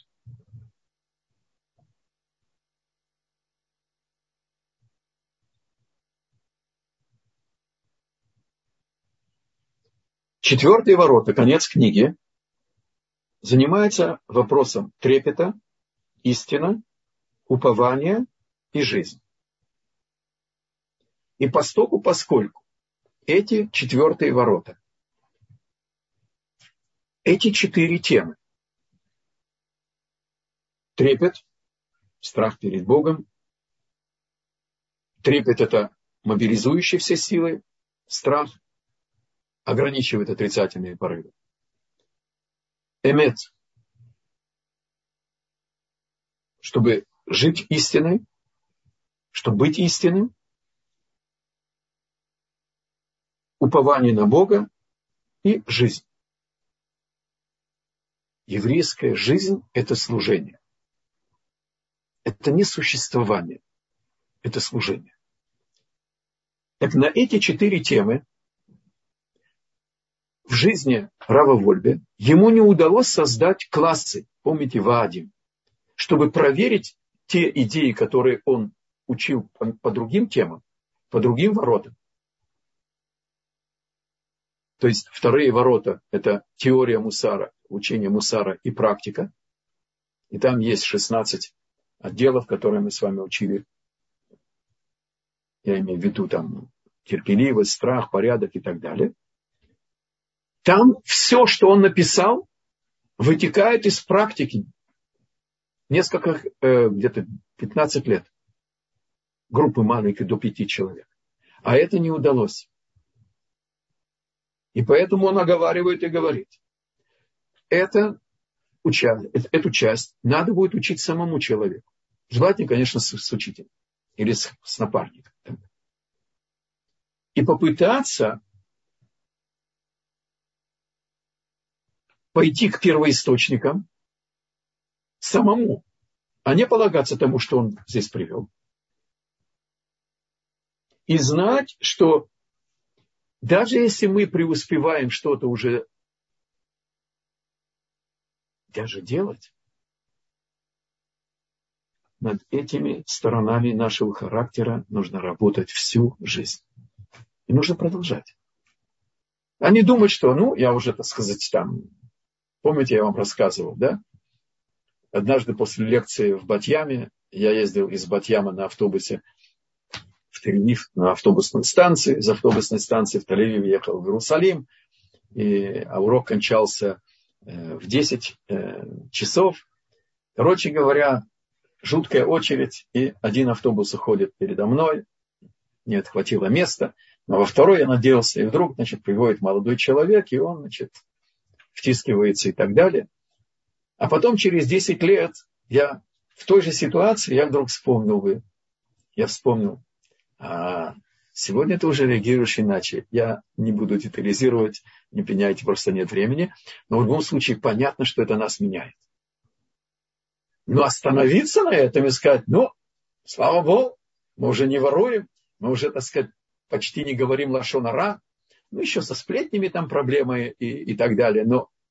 S1: Четвертые ворота, конец книги, занимается вопросом трепета, истина, упования и жизнь. И поскольку эти четвертые ворота, эти 4 темы, трепет, страх перед Богом, трепет – это мобилизующий все силы, страх ограничивает отрицательные порывы. Эмет, чтобы жить истиной, чтобы быть истинным, упование на Бога и жизнь. Еврейская жизнь – это служение. Это не существование, это служение. Так на эти 4 темы в жизни Рава Вольбе ему не удалось создать классы, помните, Ваадим, чтобы проверить те идеи, которые он учил по другим темам, по другим воротам. То есть вторые ворота – это теория мусара, учение мусара и практика. И там есть 16 отделов, которые мы с вами учили. Я имею в виду там терпеливость, страх, порядок и так далее. Там все, что он написал, вытекает из практики. Несколько, где-то 15 лет. Группы маленькой до 5 человек. А это не удалось. И поэтому он оговаривает и говорит. Эту часть надо будет учить самому человеку. Желательно, конечно, с учителем. Или с напарником. И попытаться пойти к первоисточникам самому, а не полагаться тому, что он здесь привел. И знать, что даже если мы преуспеваем что-то уже даже делать, над этими сторонами нашего характера нужно работать всю жизнь. И нужно продолжать. А не думать, что, я уже, так сказать, там, помните, я вам рассказывал, да? Однажды после лекции в Бат-Яме, я ездил из Бат-Яма на автобусе в Тель-Авив, на автобусной станции, из автобусной станции в Тель-Авив ехал в Иерусалим, а урок кончался в 10 часов. Короче говоря, жуткая очередь, и один автобус уходит передо мной, не отхватило места, но во второй я надеялся, и вдруг, приходит молодой человек, и он, втискивается и так далее. А потом через 10 лет я в той же ситуации я вдруг вспомнил, сегодня ты уже реагируешь иначе. Я не буду детализировать, не пеняйте, просто нет времени. Но в любом случае понятно, что это нас меняет. Но остановиться на этом и сказать, слава Богу, мы уже не воруем, мы уже, так сказать, почти не говорим лашон ара, еще со сплетнями там проблемы и так далее.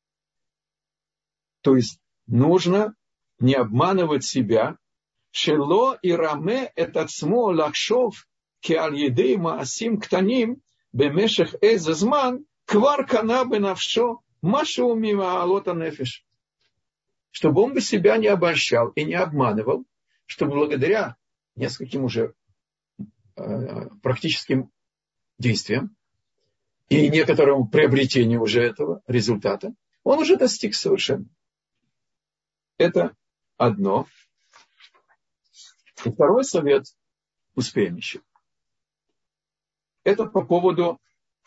S1: То есть нужно не обманывать себя. Шело и раме этот смо лакшов кеаль-едей маасим ктаним бемешех эзазман квар кана бенавшо машу мимо алота нефиш. Чтобы он бы себя не обольщал и не обманывал, чтобы благодаря нескольким уже практическим действиям и некоторому приобретению уже этого результата, он уже достиг совершенно. Это одно. И второй совет, успеем еще. Это по поводу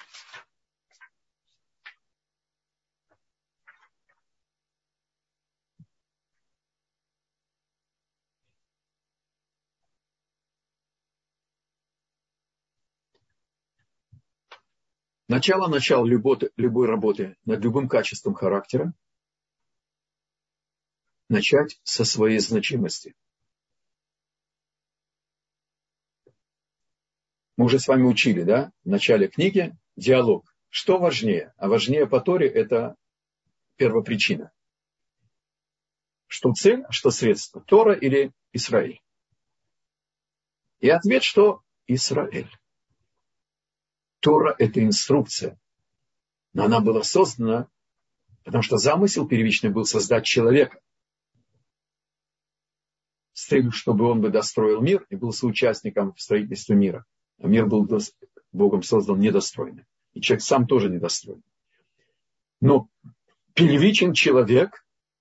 S1: начала любой работы над любым качеством характера начать со своей значимости. Мы уже с вами учили, да, в начале книги диалог. Что важнее? А важнее по Торе это первопричина. Что цель, а что средство? Тора или Израиль? И ответ, что Израиль. Тора – это инструкция. Но она была создана, потому что замысел первичный был создать человека. С целью, чтобы он бы достроил мир и был соучастником в строительстве мира. А мир был Богом создан недостроенный. И человек сам тоже недостроенный. Но первичен человек,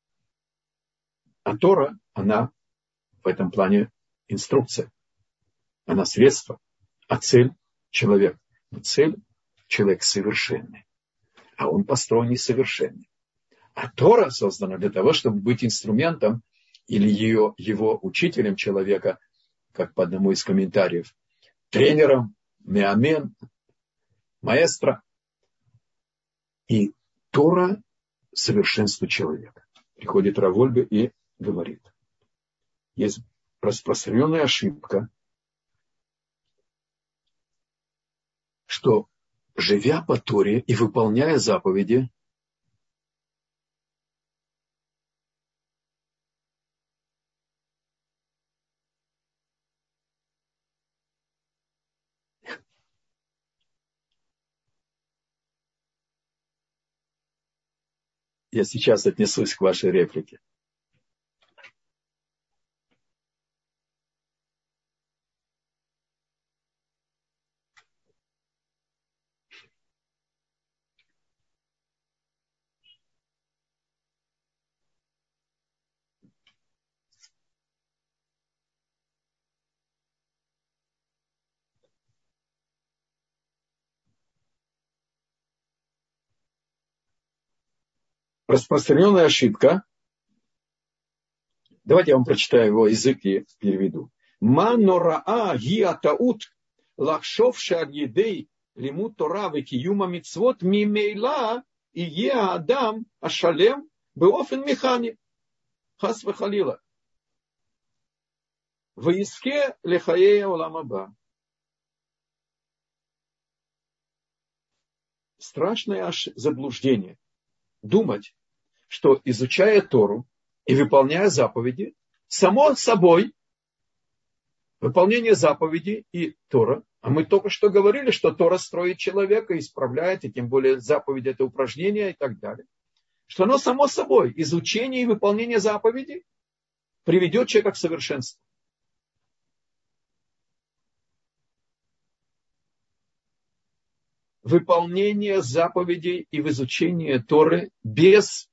S1: а Тора, она в этом плане инструкция. Она средство, а цель – человек. Но цель – человек совершенный. А он построен несовершенный. А Тора создана для того, чтобы быть инструментом или его учителем человека, как по одному из комментариев, тренером, меамен, маэстро. И Тора – совершенство человека. Приходит Рав Вольбе и говорит, есть распространенная ошибка, что, живя по Торе и выполняя заповеди, я сейчас отнесусь к вашей реплике. Распространенная ошибка. Давайте я вам прочитаю его язык и переведу. Ма нораа гиатаут лахшов шеаль-едей лимуд Тора векиюма мицвот мимейла ие адам ашалем беофен механи. Хас вехалила. Ваиске лехаея олам аба. Страшное заблуждение. Думать, что изучая Тору и выполняя заповеди, само собой, выполнение заповедей и Тора, а мы только что говорили, что Тора строит человека, исправляет, и тем более заповедь это упражнение и так далее, что оно само собой, изучение и выполнение заповедей приведет человека к совершенству. Выполнение заповедей и в изучении Торы без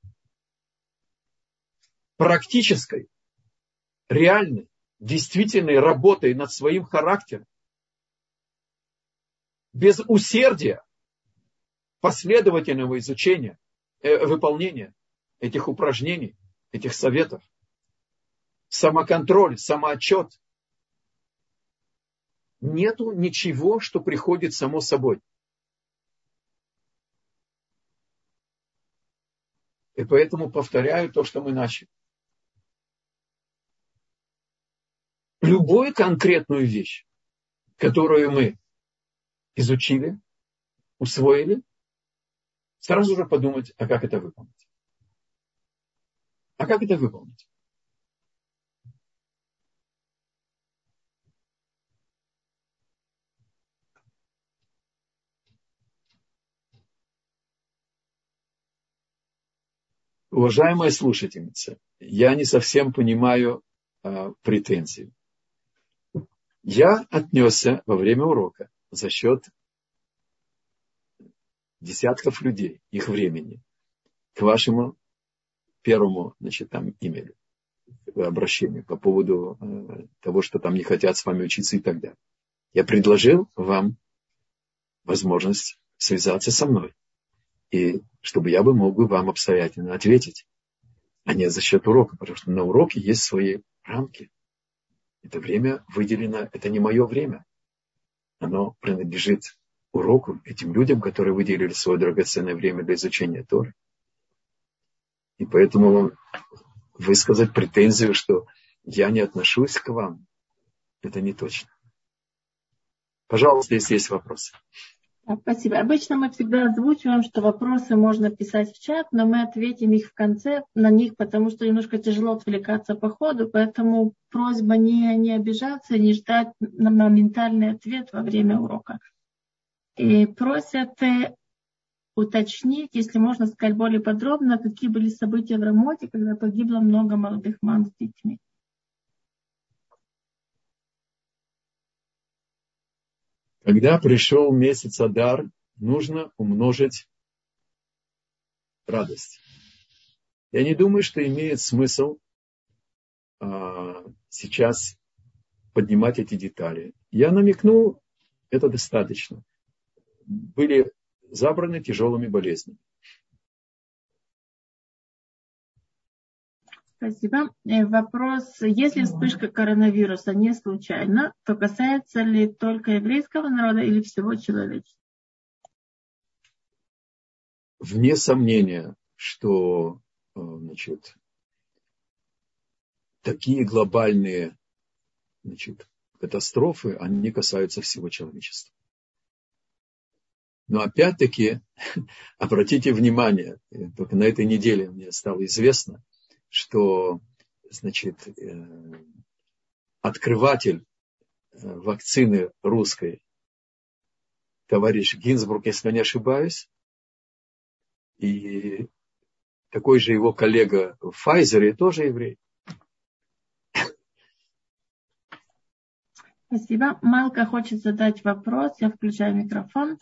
S1: практической, реальной, действительной работы над своим характером, без усердия, последовательного изучения, выполнения этих упражнений, этих советов, самоконтроль, самоотчет. Нету ничего, что приходит само собой. И поэтому повторяю то, что мы начали. Любую конкретную вещь, которую мы изучили, усвоили, сразу же подумать, а как это выполнить? А как это выполнить? Уважаемая слушательница, я не совсем понимаю претензии. Я отнесся во время урока за счет десятков людей, их времени, к вашему первому, имейлу, обращению по поводу того, что там не хотят с вами учиться и так далее. Я предложил вам возможность связаться со мной, и чтобы я мог бы вам обстоятельно ответить, а не за счет урока, потому что на уроке есть свои рамки. Это время выделено, это не мое время. Оно принадлежит уроку, этим людям, которые выделили свое драгоценное время для изучения Торы. И поэтому высказать претензию, что я не отношусь к вам, это не точно. Пожалуйста, если есть вопросы.
S2: Спасибо. Обычно мы всегда озвучиваем, что вопросы можно писать в чат, но мы ответим их в конце на них, потому что немножко тяжело отвлекаться по ходу, поэтому просьба не обижаться, не ждать на моментальный ответ во время урока. И просят уточнить, если можно сказать более подробно, какие были события в Рамоте, когда погибло много молодых мам с детьми.
S1: Когда пришел месяц Адар, нужно умножить радость. Я не думаю, что имеет смысл сейчас поднимать эти детали. Я намекнул, это достаточно. Были забраны тяжелыми болезнями.
S2: Спасибо. Вопрос. Если вспышка коронавируса не случайна, то касается ли только еврейского народа или всего человечества?
S1: Вне сомнения, что такие глобальные катастрофы, они касаются всего человечества. Но опять-таки, обратите внимание, только на этой неделе мне стало известно, что открыватель вакцины русской, товарищ Гинзбург, если я не ошибаюсь, и такой же его коллега в Pfizer тоже еврей.
S2: Спасибо. Малка хочет задать вопрос. Я включаю микрофон.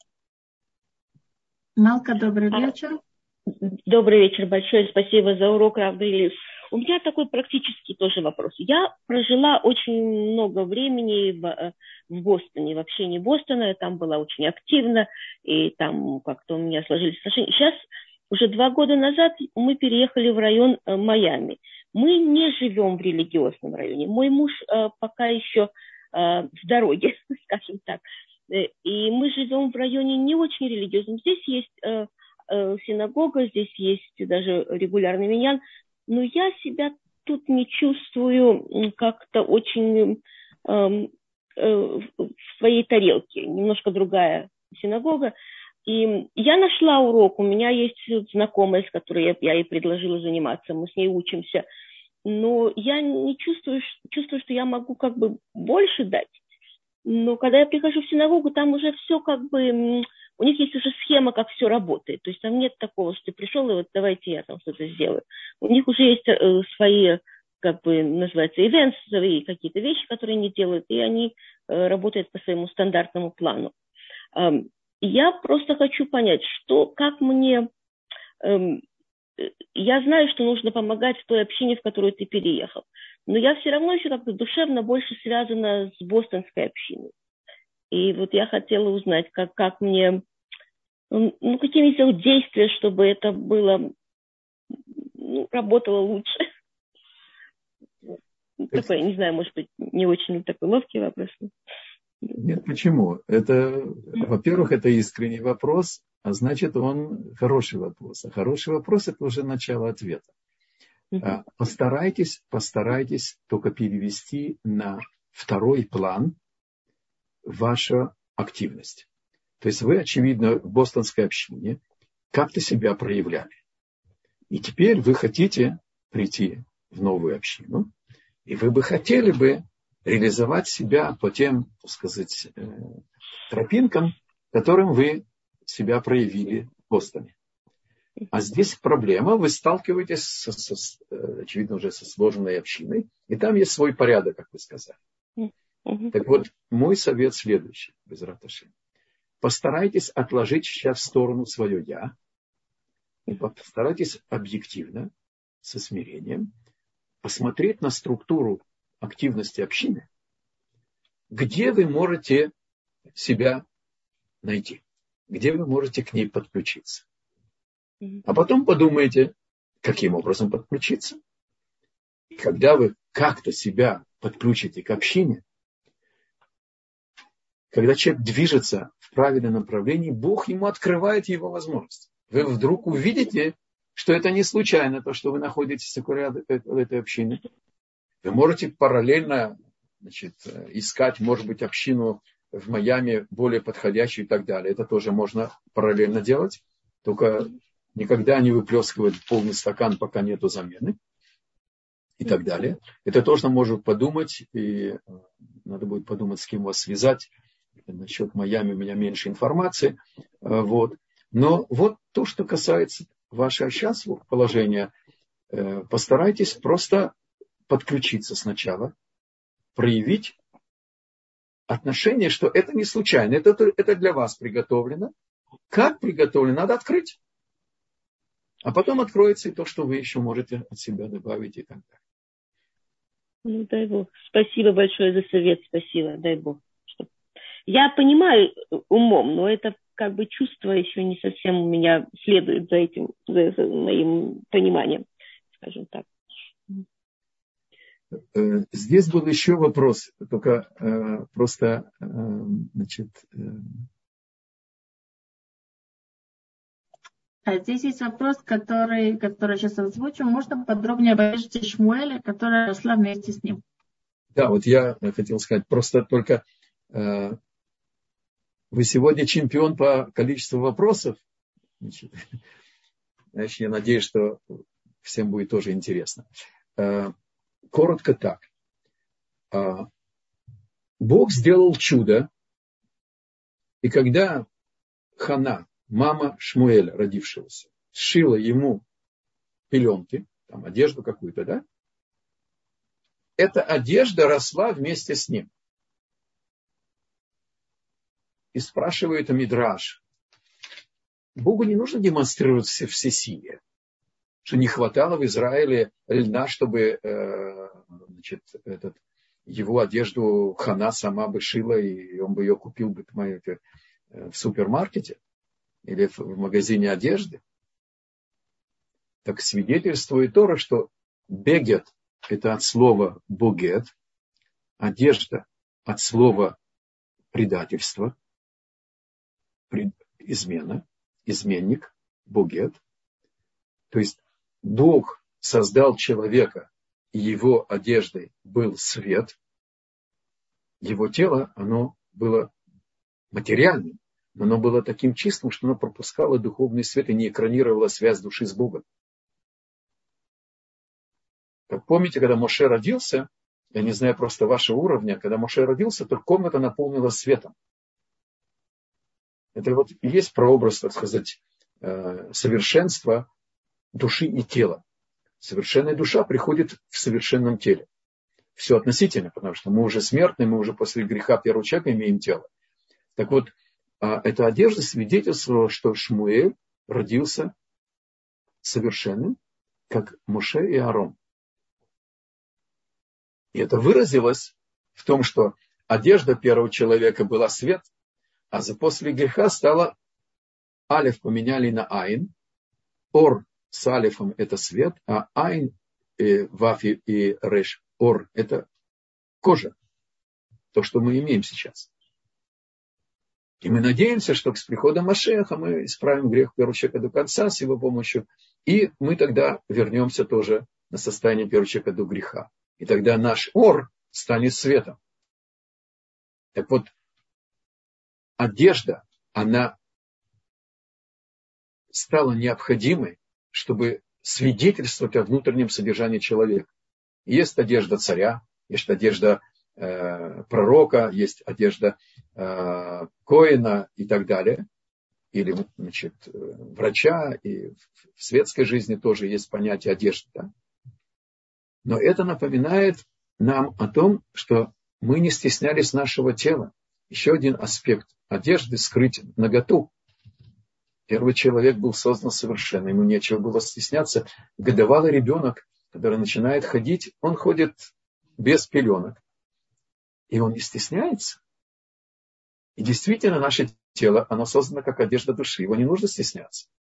S2: Малка, добрый вечер.
S3: Добрый вечер, большое спасибо за урок, Рав Брилев. У меня такой практический тоже вопрос. Я прожила очень много времени в Бостоне, в общении Бостона, я там была очень активна, и там как-то у меня сложились отношения. Сейчас, уже 2 года назад, мы переехали в район Майами. Мы не живем в религиозном районе. Мой муж пока еще в дороге, скажем так. И мы живем в районе не очень религиозном. Здесь есть синагога, здесь есть даже регулярный миньян, но я себя тут не чувствую как-то очень в своей тарелке. Немножко другая синагога. И я нашла урок, у меня есть знакомая, с которой я ей предложила заниматься, мы с ней учимся. Но я не чувствую, что я могу как бы больше дать. Но когда я прихожу в синагогу, там уже все как бы... У них есть уже схема, как все работает. То есть там нет такого, что ты пришел, и вот давайте я там что-то сделаю. У них уже есть свои, как бы называется, events, свои какие-то вещи, которые они делают, и они работают по своему стандартному плану. Я просто хочу понять, как мне... Я знаю, что нужно помогать в той общине, в которую ты переехал. Но я все равно еще как-то душевно больше связана с бостонской общиной. И вот я хотела узнать, как мне, какие сделать действия, чтобы это было, работало лучше. Такой, не знаю, может быть, не очень такой ловкий вопрос.
S1: Нет, почему? Это, во-первых, это искренний вопрос, а значит, он хороший вопрос. А хороший вопрос – это уже начало ответа. Постарайтесь только перевести на второй план вашу активность. То есть вы, очевидно, в бостонской общине как-то себя проявляли. И теперь вы хотите прийти в новую общину, и вы бы хотели бы реализовать себя по тем, так сказать, тропинкам, которым вы себя проявили в Бостоне. А здесь проблема, вы сталкиваетесь, очевидно, уже со сложной общиной, и там есть свой порядок, как вы сказали. Так вот, мой совет следующий, Безрат Ашем. Постарайтесь отложить сейчас в сторону свое «я», и постарайтесь объективно, со смирением, посмотреть на структуру активности общины, где вы можете себя найти, где вы можете к ней подключиться. А потом подумайте, каким образом подключиться. И когда вы как-то себя подключите к общине, когда человек движется в правильном направлении, Бог ему открывает его возможности. Вы вдруг увидите, что это не случайно, то, что вы находитесь рядом этой общины. Вы можете параллельно, искать, может быть, общину в Майами более подходящую и так далее. Это тоже можно параллельно делать. Только никогда не выплескивать полный стакан, пока нету замены. И так далее. Это тоже можно подумать. И надо будет подумать, с кем вас связать. Насчет Майами у меня меньше информации. Вот. Но вот то, что касается вашего сейчас положения, постарайтесь просто подключиться сначала, проявить отношение, что это не случайно, это для вас приготовлено. Как приготовлено, надо открыть. А потом откроется и то, что вы еще можете от себя добавить и так далее.
S3: Ну, дай Бог. Спасибо большое за совет, спасибо, дай Бог. Я понимаю умом, но это как бы чувство еще не совсем у меня следует за этим, за моим пониманием, скажем так.
S1: Здесь был еще вопрос, только просто, значит...
S2: А здесь есть вопрос, который сейчас озвучим. Можно подробнее об одежде Шмуэля, которая росла вместе с ним?
S1: Да, вот я хотел сказать, просто только вы сегодня чемпион по количеству вопросов. Значит, я надеюсь, что всем будет тоже интересно. Коротко так. Бог сделал чудо, и когда Хана, мама Шмуэля, родившегося, сшила ему пеленки, там, одежду какую-то, да? Эта одежда росла вместе с ним. И спрашивает Мидраш, Богу не нужно демонстрировать всесилие, что не хватало в Израиле льна, чтобы его одежду Хана сама бы шила, и он бы ее купил бы в супермаркете или в магазине одежды. Так свидетельствует Тора, что бегет – это от слова богет, одежда от слова предательство, измена, изменник, богет. То есть Бог создал человека, и его одеждой был свет. Его тело, оно было материальным, но оно было таким чистым, что оно пропускало духовный свет и не экранировало связь души с Богом. Как помните, когда Моше родился, я не знаю просто вашего уровня, когда Моше родился, то комната наполнилась светом. Это вот и есть прообраз, так сказать, совершенства души и тела. Совершенная душа приходит в совершенном теле. Все относительно, потому что мы уже смертны, мы уже после греха первого человека имеем тело. Так вот, эта одежда свидетельствовала, что Шмуэль родился совершенным, как Моше и Аарон. И это выразилось в том, что одежда первого человека была свет, а после греха стала алеф поменяли на айн. Ор с алефом это свет, а айн, ваф и реш ор – это кожа, то, что мы имеем сейчас. И мы надеемся, что с приходом Машиаха мы исправим грех первого человека до конца с его помощью, и мы тогда вернемся тоже на состояние первого человека до греха. И тогда наш ор станет светом. Так вот, одежда, она стала необходимой, чтобы свидетельствовать о внутреннем содержании человека. Есть одежда царя, есть одежда пророка, есть одежда коэна и так далее. Или, значит, врача, и в светской жизни тоже есть понятие одежды. Да? Но это напоминает нам о том, что мы не стеснялись нашего тела. Еще один аспект одежды – скрыть наготу. Первый человек был создан совершенно, ему нечего было стесняться. Годовалый ребенок, который начинает ходить, он ходит без пеленок. И он не стесняется. И действительно, наше тело, оно создано как одежда души. Его не нужно стесняться.